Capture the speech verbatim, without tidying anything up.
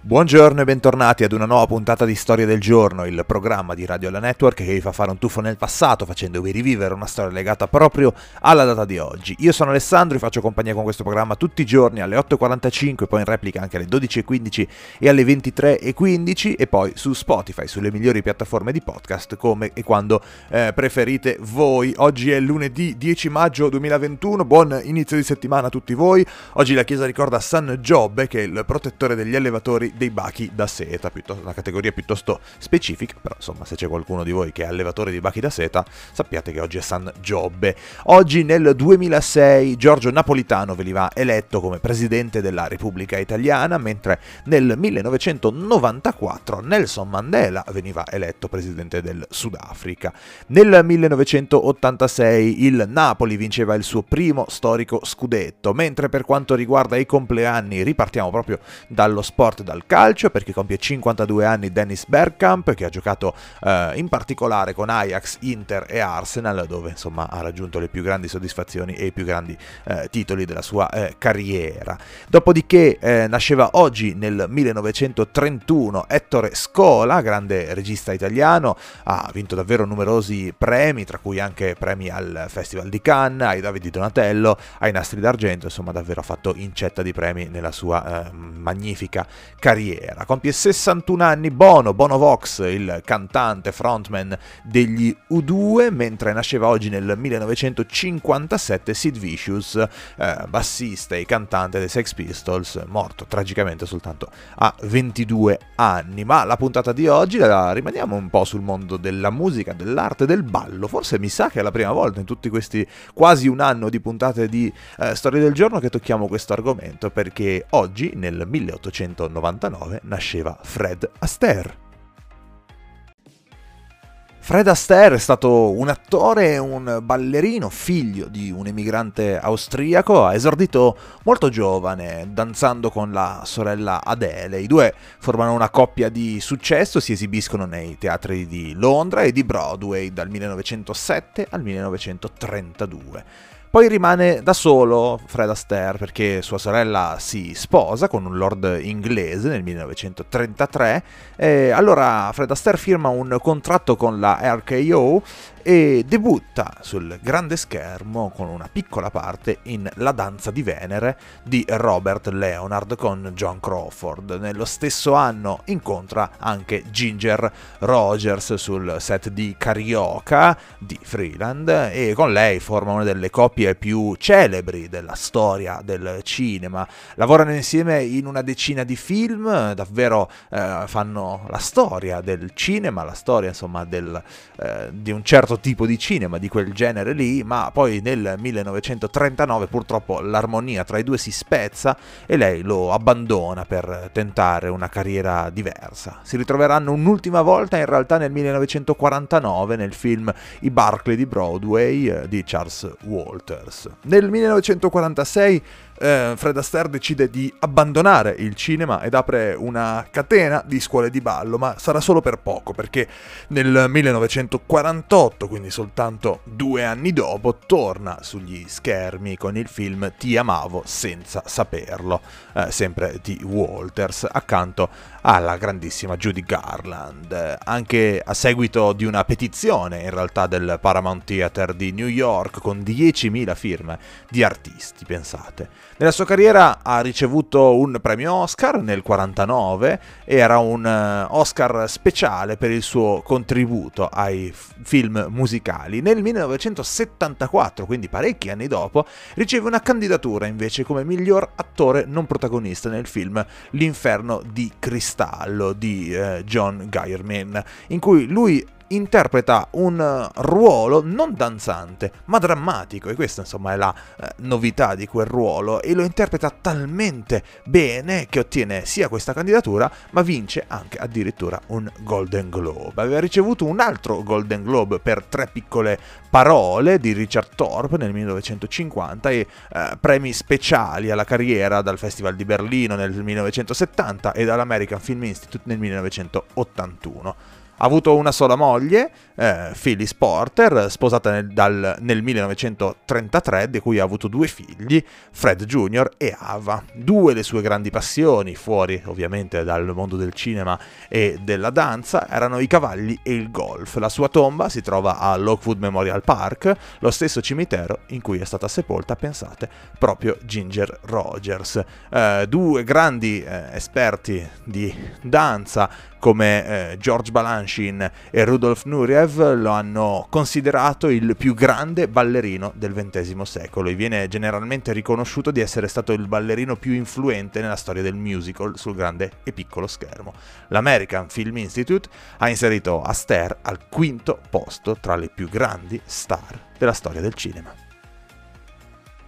Buongiorno e bentornati ad una nuova puntata di Storia del Giorno, il programma di Radio La Network che vi fa fare un tuffo nel passato facendovi rivivere una storia legata proprio alla data di oggi. Io sono Alessandro, vi faccio compagnia con questo programma tutti i giorni alle otto e quarantacinque, poi in replica anche alle dodici e quindici e alle ventitré e quindici e poi su Spotify, sulle migliori piattaforme di podcast come e quando eh, preferite voi. Oggi è lunedì dieci maggio duemilaventuno, buon inizio di settimana a tutti voi. Oggi la chiesa ricorda San Giobbe, che è il protettore degli allevatori dei bachi da seta, piuttosto, una categoria piuttosto specifica, però insomma se c'è qualcuno di voi che è allevatore di bachi da seta sappiate che oggi è San Giobbe. Oggi nel duemilasei Giorgio Napolitano veniva eletto come presidente della Repubblica Italiana, mentre nel millenovecentonovantaquattro Nelson Mandela veniva eletto presidente del Sudafrica. Nel millenovecentottantasei il Napoli vinceva il suo primo storico scudetto, mentre per quanto riguarda i compleanni ripartiamo proprio dallo sport, dal calcio, perché compie cinquantadue anni Dennis Bergkamp, che ha giocato eh, in particolare con Ajax, Inter e Arsenal, dove insomma ha raggiunto le più grandi soddisfazioni e i più grandi eh, titoli della sua eh, carriera. Dopodiché eh, nasceva oggi nel millenovecentotrentuno Ettore Scola, grande regista italiano, ha vinto davvero numerosi premi, tra cui anche premi al Festival di Cannes, ai David di Donatello, ai Nastri d'Argento, insomma davvero ha fatto incetta di premi nella sua eh, magnifica carriera. Compie sessantuno anni Bono, Bono Vox, il cantante frontman degli U due, mentre nasceva oggi nel millenovecentocinquantasette Sid Vicious, eh, bassista e cantante dei Sex Pistols, morto tragicamente soltanto a ventidue anni. Ma la puntata di oggi la rimaniamo un po' sul mondo della musica, dell'arte, del ballo. Forse mi sa che è la prima volta in tutti questi quasi un anno di puntate di eh, Storia del Giorno che tocchiamo questo argomento, perché oggi nel milleottocentonovantanove nasceva Fred Astaire. Fred Astaire è stato un attore e un ballerino, figlio di un emigrante austriaco. Ha esordito molto giovane, danzando con la sorella Adele. I due formano una coppia di successo, si esibiscono nei teatri di Londra e di Broadway dal millenovecentosette al millenovecentotrentadue. Poi rimane da solo Fred Astaire perché sua sorella si sposa con un lord inglese nel millenovecentotrentatré e allora Fred Astaire firma un contratto con la R K O e debutta sul grande schermo con una piccola parte in La danza di Venere di Robert Leonard con Joan Crawford. Nello stesso anno incontra anche Ginger Rogers sul set di Carioca di Freeland e con lei forma una delle coppie più celebri della storia del cinema. Lavorano insieme in una decina di film, davvero eh, fanno la storia del cinema, la storia insomma del, eh, di un certo tipo di cinema, di quel genere lì, ma poi nel millenovecentotrentanove purtroppo l'armonia tra i due si spezza e lei lo abbandona per tentare una carriera diversa. Si ritroveranno un'ultima volta in realtà nel millenovecentoquarantanove nel film I Barclay di Broadway di Charles Walters. Nel millenovecentoquarantasei eh, Fred Astaire decide di abbandonare il cinema ed apre una catena di scuole di ballo, ma sarà solo per poco, perché nel millenovecentoquarantotto, quindi soltanto due anni dopo, torna sugli schermi con il film Ti amavo senza saperlo, eh, sempre di Walters, accanto alla grandissima Judy Garland, anche a seguito di una petizione in realtà del Paramount Theater di New York con diecimila firme di artisti, pensate. Nella sua carriera ha ricevuto un premio Oscar nel quarantanove, era un Oscar speciale per il suo contributo ai f- film musicali. Nel millenovecentosettantaquattro, quindi parecchi anni dopo, riceve una candidatura invece come miglior attore non protagonista nel film L'inferno di cristallo di eh, John Guillermin, in cui lui interpreta un ruolo non danzante ma drammatico, e questa insomma è la eh, novità di quel ruolo, e lo interpreta talmente bene che ottiene sia questa candidatura ma vince anche addirittura un Golden Globe. Aveva ricevuto un altro Golden Globe per Tre piccole parole di Richard Thorpe nel millenovecentocinquanta e eh, premi speciali alla carriera dal Festival di Berlino nel millenovecentosettanta e dall'American Film Institute nel millenovecentottantuno. Ha avuto una sola moglie, eh, Phyllis Porter, sposata nel, dal, nel millenovecentotrentatré, di cui ha avuto due figli, Fred Junior e Ava. Due le sue grandi passioni, fuori ovviamente dal mondo del cinema e della danza, erano i cavalli e il golf. La sua tomba si trova a Lockwood Memorial Park, lo stesso cimitero in cui è stata sepolta, pensate, proprio Ginger Rogers. Eh, due grandi eh, esperti di danza come eh, George Balanchine e Rudolf Nureyev lo hanno considerato il più grande ballerino del ventesimo secolo e viene generalmente riconosciuto di essere stato il ballerino più influente nella storia del musical sul grande e piccolo schermo. L'American Film Institute ha inserito Astaire al quinto posto tra le più grandi star della storia del cinema.